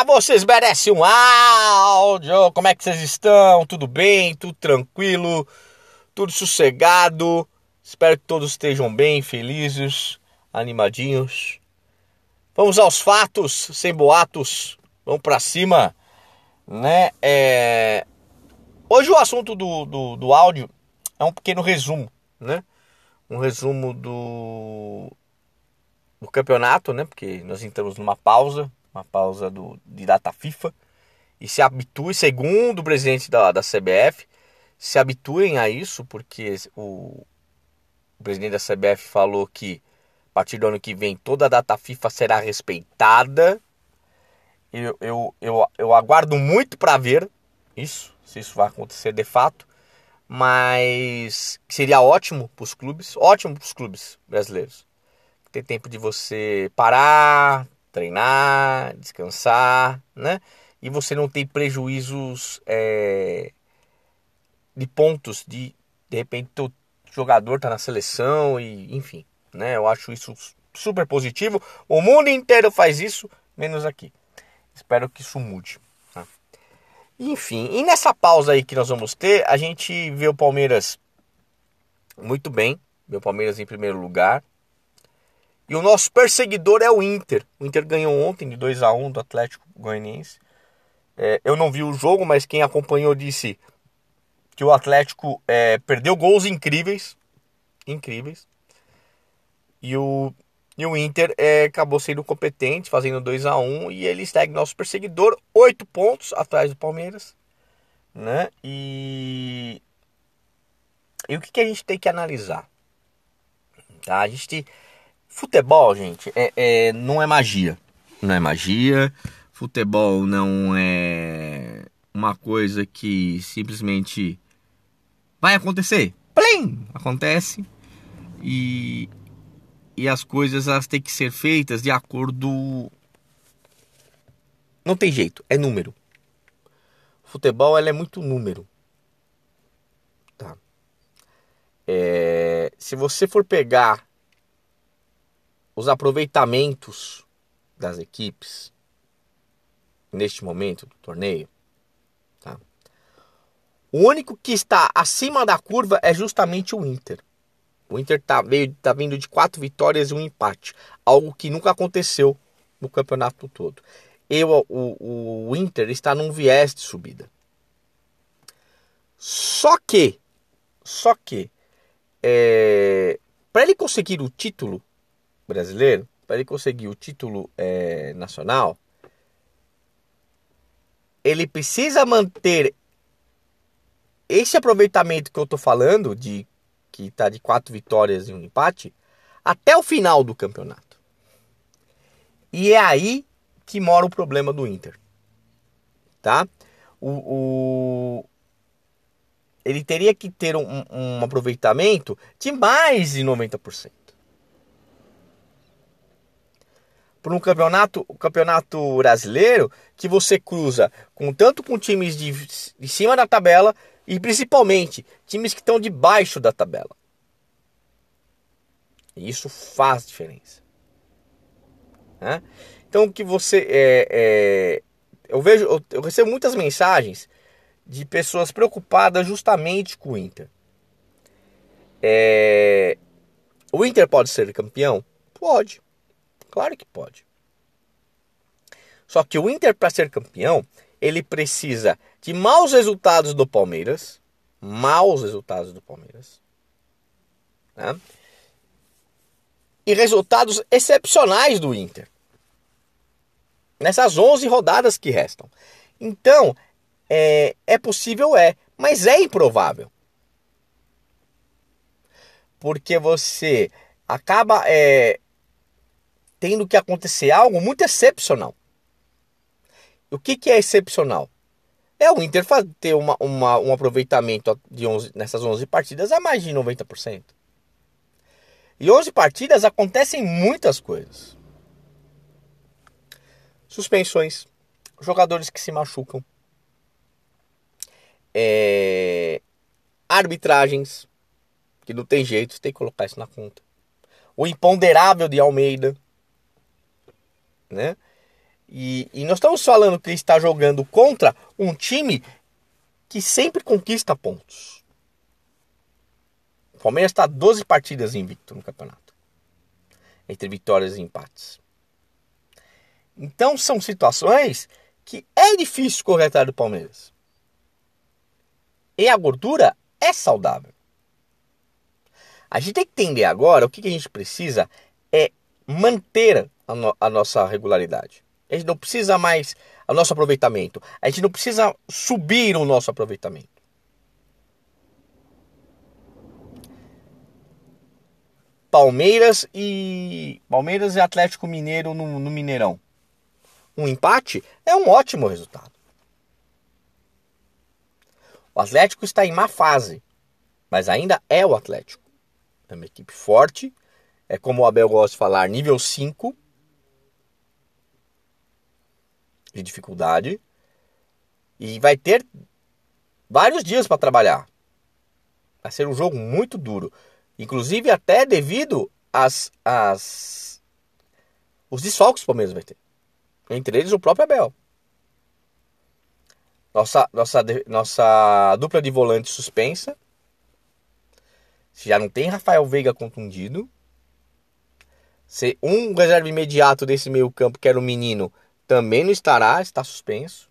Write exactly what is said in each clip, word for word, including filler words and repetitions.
Vocês merecem um áudio. Como é que vocês estão? Tudo bem? Tudo tranquilo? Tudo sossegado? Espero que todos estejam bem, felizes, animadinhos. Vamos aos fatos, sem boatos. Vamos pra cima, né? É... Hoje o assunto do, do, do áudio é um pequeno resumo, né? Um resumo do, do campeonato, né? Porque nós entramos numa pausa. Uma pausa do, de data FIFA, e se habitue, segundo o presidente da, da C B F, se habituem a isso, porque o, o presidente da C B F falou que a partir do ano que vem toda a data FIFA será respeitada. Eu, eu, eu, eu aguardo muito para ver isso, se isso vai acontecer de fato, mas seria ótimo para os clubes, ótimo para os clubes brasileiros. Ter tempo de você parar, treinar, descansar, né? E você não tem prejuízos é, de pontos, de de repente o jogador tá na seleção e enfim, né? Eu acho isso super positivo. O mundo inteiro faz isso, menos aqui. Espero que isso mude. Tá? Enfim, e nessa pausa aí que nós vamos ter, a gente vê o Palmeiras muito bem, vê o Palmeiras em primeiro lugar. E o nosso perseguidor é o Inter. O Inter ganhou ontem de dois a um do Atlético Goianiense. É, eu não vi o jogo, mas quem acompanhou disse que o Atlético é, perdeu gols incríveis. Incríveis. E o, e o Inter é, acabou sendo competente, fazendo dois a um. E ele segue nosso perseguidor, oito pontos atrás do Palmeiras. Né? E, e o que, que a gente tem que analisar? Tá? A gente... Futebol, gente, é, é, não é magia. Não é magia. Futebol não é uma coisa que simplesmente vai acontecer. Plim! Acontece. E, e as coisas elas têm que ser feitas de acordo... Não tem jeito, é número. Futebol ela é muito número. Tá? É, se você for pegar os aproveitamentos das equipes neste momento do torneio, tá? O único que está acima da curva é justamente o Inter. O Inter está tá vindo de quatro vitórias e um empate, algo que nunca aconteceu no campeonato todo. E o, o, o Inter está num viés de subida. Só que, só que, é, para ele conseguir o título brasileiro, para ele conseguir o título é, nacional, ele precisa manter esse aproveitamento que eu estou falando, de que está de quatro vitórias e um empate, até o final do campeonato. E é aí que mora o problema do Inter. Tá? O, o... Ele teria que ter um, um aproveitamento de mais de noventa por cento. Por um campeonato, o campeonato brasileiro, que você cruza com tanto com times de, de cima da tabela e principalmente times que estão debaixo da tabela. E isso faz diferença. Né? Então que você é, é, eu vejo, eu, eu recebo muitas mensagens de pessoas preocupadas justamente com o Inter. É, o Inter pode ser campeão? Pode. Claro que pode. Só que o Inter, para ser campeão, ele precisa de maus resultados do Palmeiras. Maus resultados do Palmeiras. Né? E resultados excepcionais do Inter. Nessas onze rodadas que restam. Então, é, é possível, é. Mas é improvável. Porque você acaba... É, tendo que acontecer algo muito excepcional. O que, que é excepcional? É o Inter ter uma, uma, um aproveitamento de onze, nessas onze partidas a mais de noventa por cento. E onze partidas acontecem muitas coisas. Suspensões, jogadores que se machucam, é, arbitragens, que não tem jeito, você tem que colocar isso na conta. O imponderável de Almeida, né? E, e nós estamos falando que ele está jogando contra um time que sempre conquista pontos. O Palmeiras está doze partidas invicto no campeonato, entre vitórias e empates. Então são situações que é difícil correr atrás do Palmeiras. E a gordura é saudável. A gente tem que entender agora, o que a gente precisa é manter a, no, a nossa regularidade. A gente não precisa mais o nosso aproveitamento. A gente não precisa subir o nosso aproveitamento. Palmeiras e Palmeiras e Atlético Mineiro no, no Mineirão. Um empate é um ótimo resultado. O Atlético está em má fase, mas ainda é o Atlético. É uma equipe forte, é como o Abel gosta de falar, nível cinco de dificuldade, e vai ter vários dias para trabalhar. Vai ser um jogo muito duro, inclusive até devido às, às os desfalques que o Palmeiras vai ter. Entre eles o próprio Abel. Nossa, nossa, nossa dupla de volante suspensa. Já não tem Rafael Veiga contundido. Se um reserva imediato desse meio campo, que era o Menino, também não estará, está suspenso.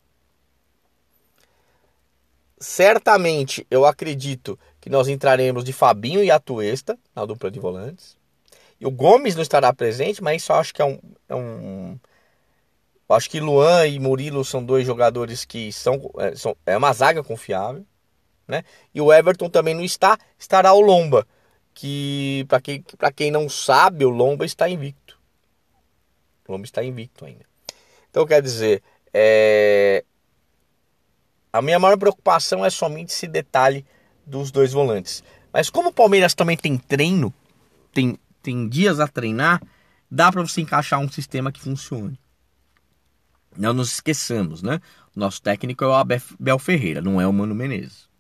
Certamente, eu acredito que nós entraremos de Fabinho e Atuesta na dupla de volantes. E o Gomes não estará presente, mas isso eu acho que é um... É um eu acho que Luan e Murilo são dois jogadores que são... É, são, é uma zaga confiável, né? E o Everton também não está, estará o Lomba, que para quem, para quem não sabe, o Lomba está invicto. O Lomba está invicto ainda. Então, quer dizer, é... a minha maior preocupação é somente esse detalhe dos dois volantes. Mas como o Palmeiras também tem treino, tem, tem dias a treinar, dá para você encaixar um sistema que funcione. Não nos esqueçamos, né? O nosso técnico é o Abel Ferreira, não é o Mano Menezes.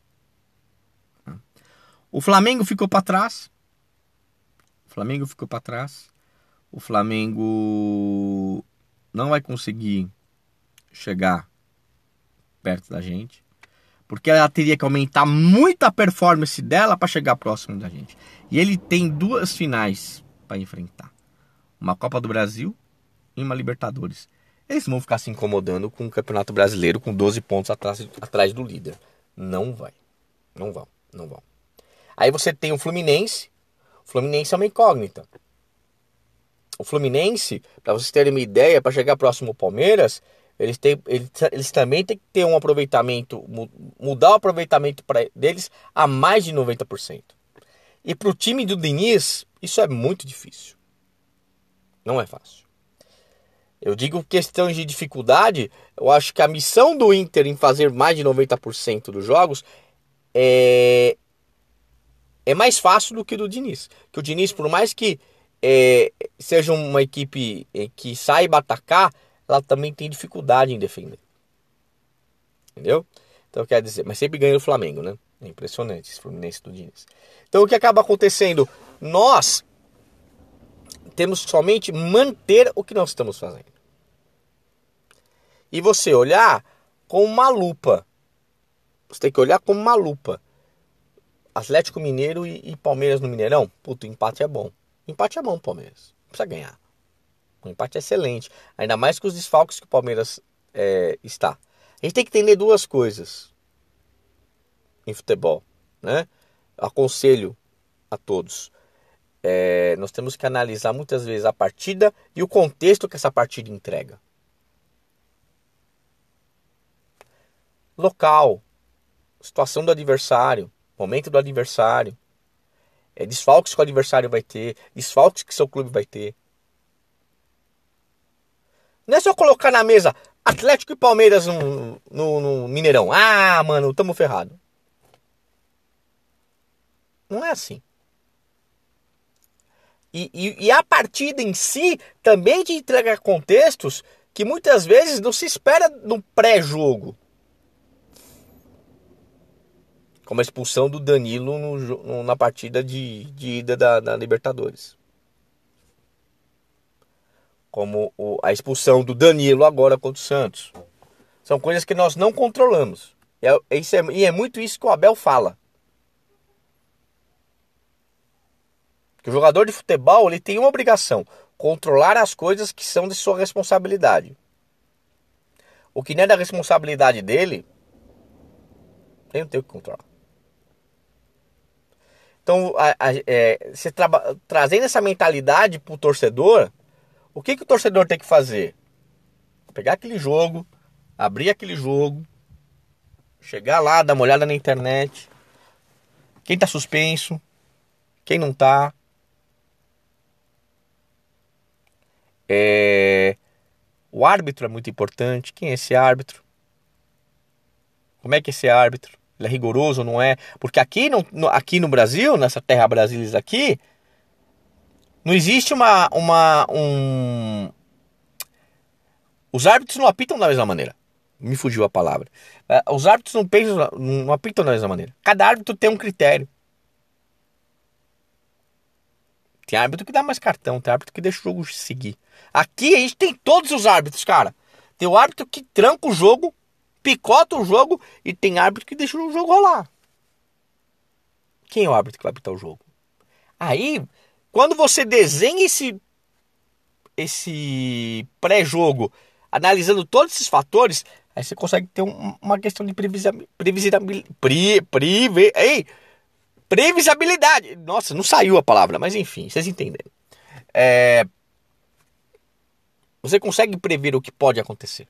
O Flamengo ficou para trás. O Flamengo ficou para trás. O Flamengo não vai conseguir chegar perto da gente, porque ela teria que aumentar muito a performance dela para chegar próximo da gente. E ele tem duas finais para enfrentar: uma Copa do Brasil e uma Libertadores. Eles vão ficar se incomodando com o Campeonato Brasileiro com doze pontos atrás, atrás do líder. Não vai. Não vão. Não vão. Aí você tem o Fluminense. O Fluminense é uma incógnita. O Fluminense, para vocês terem uma ideia, para chegar próximo ao Palmeiras, eles, têm, eles, eles também têm que ter um aproveitamento, mudar o aproveitamento pra, deles a mais de noventa por cento. E para o time do Diniz, isso é muito difícil. Não é fácil. Eu digo questão de dificuldade, eu acho que a missão do Inter em fazer mais de noventa por cento dos jogos é, é mais fácil do que do Diniz. Que o Diniz, por mais que é, seja uma equipe que saiba atacar, ela também tem dificuldade em defender. Entendeu? Então quer dizer, mas sempre ganha o Flamengo, né? É impressionante esse Fluminense do Diniz. Então o que acaba acontecendo? Nós temos somente manter o que nós estamos fazendo. E você olhar com uma lupa. Você tem que olhar com uma lupa. Atlético Mineiro e, e Palmeiras no Mineirão. Puto, o empate é bom. O empate é bom, Palmeiras. Não precisa ganhar. O empate é excelente. Ainda mais com os desfalques que o Palmeiras é, está. A gente tem que entender duas coisas em futebol, né? Aconselho a todos. É, nós temos que analisar muitas vezes a partida e o contexto que essa partida entrega. Local, situação do adversário, momento do adversário, é, desfalques que o adversário vai ter, desfalques que seu clube vai ter. Não é só colocar na mesa Atlético e Palmeiras no, no, no Mineirão. Ah, mano, tamo ferrado. Não é assim. E, e, e a partida em si também te entrega contextos que muitas vezes não se espera no pré-jogo. Como a expulsão do Danilo no, no, na partida de, de ida da, da Libertadores. como o, a expulsão do Danilo agora contra o Santos. São coisas que nós não controlamos. E é, isso é, e é muito isso que o Abel fala. Que o jogador de futebol ele tem uma obrigação: controlar as coisas que são de sua responsabilidade. O que não é da responsabilidade dele, ele não tem o que controlar. Então, a, a, é, você traba, trazendo essa mentalidade para o torcedor, o que, que o torcedor tem que fazer? Pegar aquele jogo, abrir aquele jogo, chegar lá, dar uma olhada na internet, quem está suspenso, quem não está. É, o árbitro é muito importante. Quem é esse árbitro? Como é que é esse árbitro? Ele é rigoroso ou não é? Porque aqui no, no, aqui no Brasil, nessa terra brasileira aqui, não existe uma, uma um... Os árbitros não apitam da mesma maneira. Me fugiu a palavra. Os árbitros não, pensam, não apitam da mesma maneira. Cada árbitro tem um critério. Tem árbitro que dá mais cartão, tem árbitro que deixa o jogo seguir. Aqui a gente tem todos os árbitros, cara. Tem o árbitro que tranca o jogo, picota o jogo, e tem árbitro que deixa o jogo rolar. Quem é o árbitro que vai apitar o jogo? Aí, quando você desenha esse, esse pré-jogo, analisando todos esses fatores, aí você consegue ter um, uma questão de previsibilidade. Pre, pre, ei, previsibilidade. Nossa, não saiu a palavra, mas enfim, vocês entenderam. É, você consegue prever o que pode acontecer.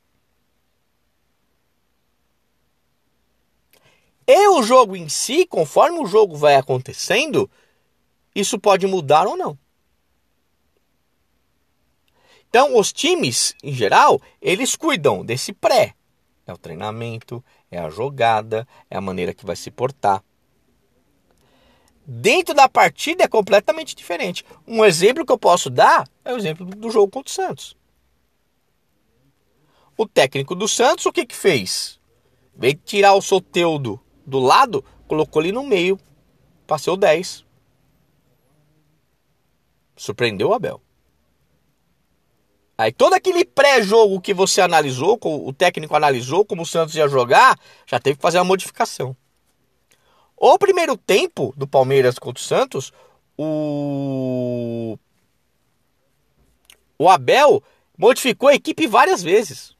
E o jogo em si, conforme o jogo vai acontecendo, isso pode mudar ou não. Então, os times, em geral, eles cuidam desse pré. É o treinamento, é a jogada, é a maneira que vai se portar. Dentro da partida é completamente diferente. Um exemplo que eu posso dar é o exemplo do jogo contra o Santos. O técnico do Santos, o que que fez? Veio tirar o Soteldo do lado, colocou ele no meio, passou dez. Surpreendeu o Abel. Aí todo aquele pré-jogo que você analisou, o técnico analisou como o Santos ia jogar, já teve que fazer uma modificação. O primeiro tempo do Palmeiras contra o Santos, o, o Abel modificou a equipe várias vezes.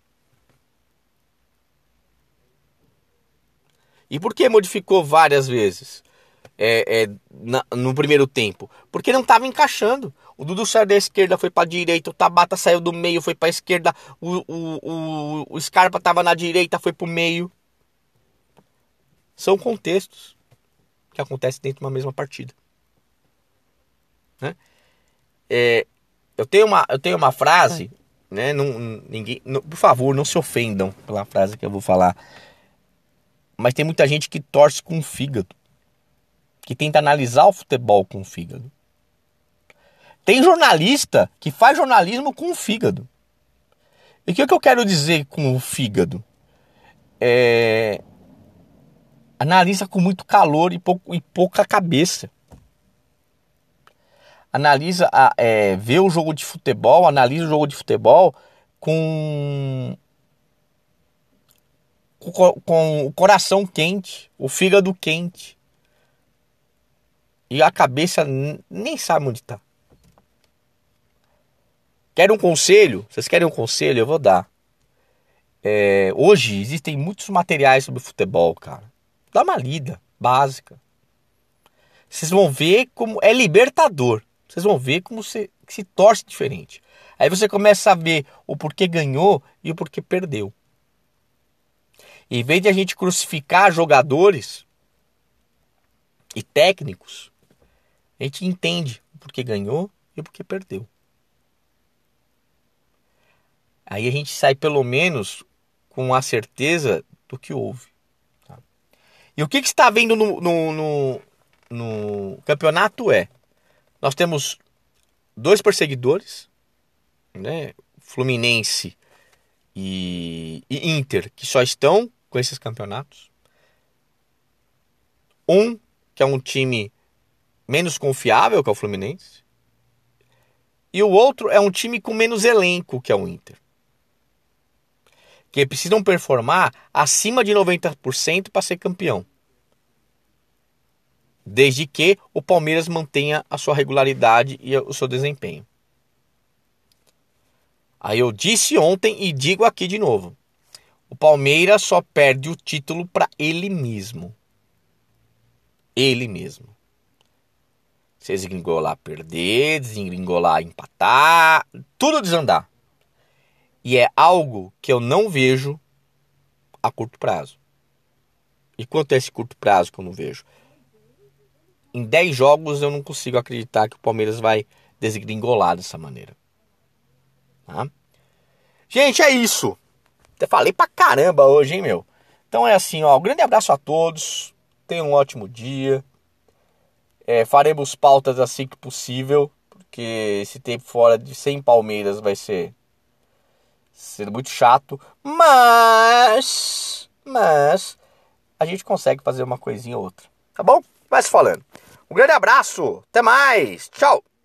E por que modificou várias vezes é, é, na, no primeiro tempo? Porque não estava encaixando. O Dudu saiu da esquerda, foi para a direita. O Tabata saiu do meio, foi para a esquerda. O, o, o, o Scarpa estava na direita, foi para o meio. São contextos que acontecem dentro de uma mesma partida. Né? É, eu, tenho uma, eu tenho uma frase, né? Não, ninguém, não, por favor, não se ofendam pela frase que eu vou falar. Mas tem muita gente que torce com o fígado, que tenta analisar o futebol com o fígado. Tem jornalista que faz jornalismo com o fígado. E o que, que eu quero dizer com o fígado? É... Analisa com muito calor e, pouco, e pouca cabeça. Analisa, é, vê o jogo de futebol, analisa o jogo de futebol com, com, com o coração quente, o fígado quente. E a cabeça nem sabe onde está. Querem um conselho? Vocês querem um conselho? Eu vou dar. É, hoje existem muitos materiais sobre futebol, cara. Dá uma lida básica. Vocês vão ver como é libertador. Vocês vão ver como se, se torce diferente. Aí você começa a ver o porquê ganhou e o porquê perdeu. E em vez de a gente crucificar jogadores e técnicos, a gente entende o porquê ganhou e o porquê perdeu. Aí a gente sai pelo menos com a certeza do que houve. Tá? E o que, que está vendo no, no, no, no campeonato é... Nós temos dois perseguidores, né? Fluminense e, e Inter, que só estão com esses campeonatos. Um, que é um time menos confiável, que é o Fluminense. E o outro é um time com menos elenco, que é o Inter. Que precisam performar acima de noventa por cento para ser campeão. Desde que o Palmeiras mantenha a sua regularidade e o seu desempenho. Aí eu disse ontem e digo aqui de novo. O Palmeiras só perde o título para ele mesmo. Ele mesmo. Se desgringolar, perder, desgringolar, empatar, tudo desandar. E é algo que eu não vejo a curto prazo. E quanto é esse curto prazo que eu não vejo? Em dez jogos eu não consigo acreditar que o Palmeiras vai desgringolar dessa maneira. Tá? Gente, é isso. Até falei pra caramba hoje, hein, meu? Então é assim, ó. Um grande abraço a todos. Tenham um ótimo dia. É, faremos pautas assim que possível. Porque esse tempo fora de sem Palmeiras vai ser... ser muito chato. Mas... Mas... a gente consegue fazer uma coisinha ou outra. Tá bom? Vai se falando. Um grande abraço. Até mais. Tchau.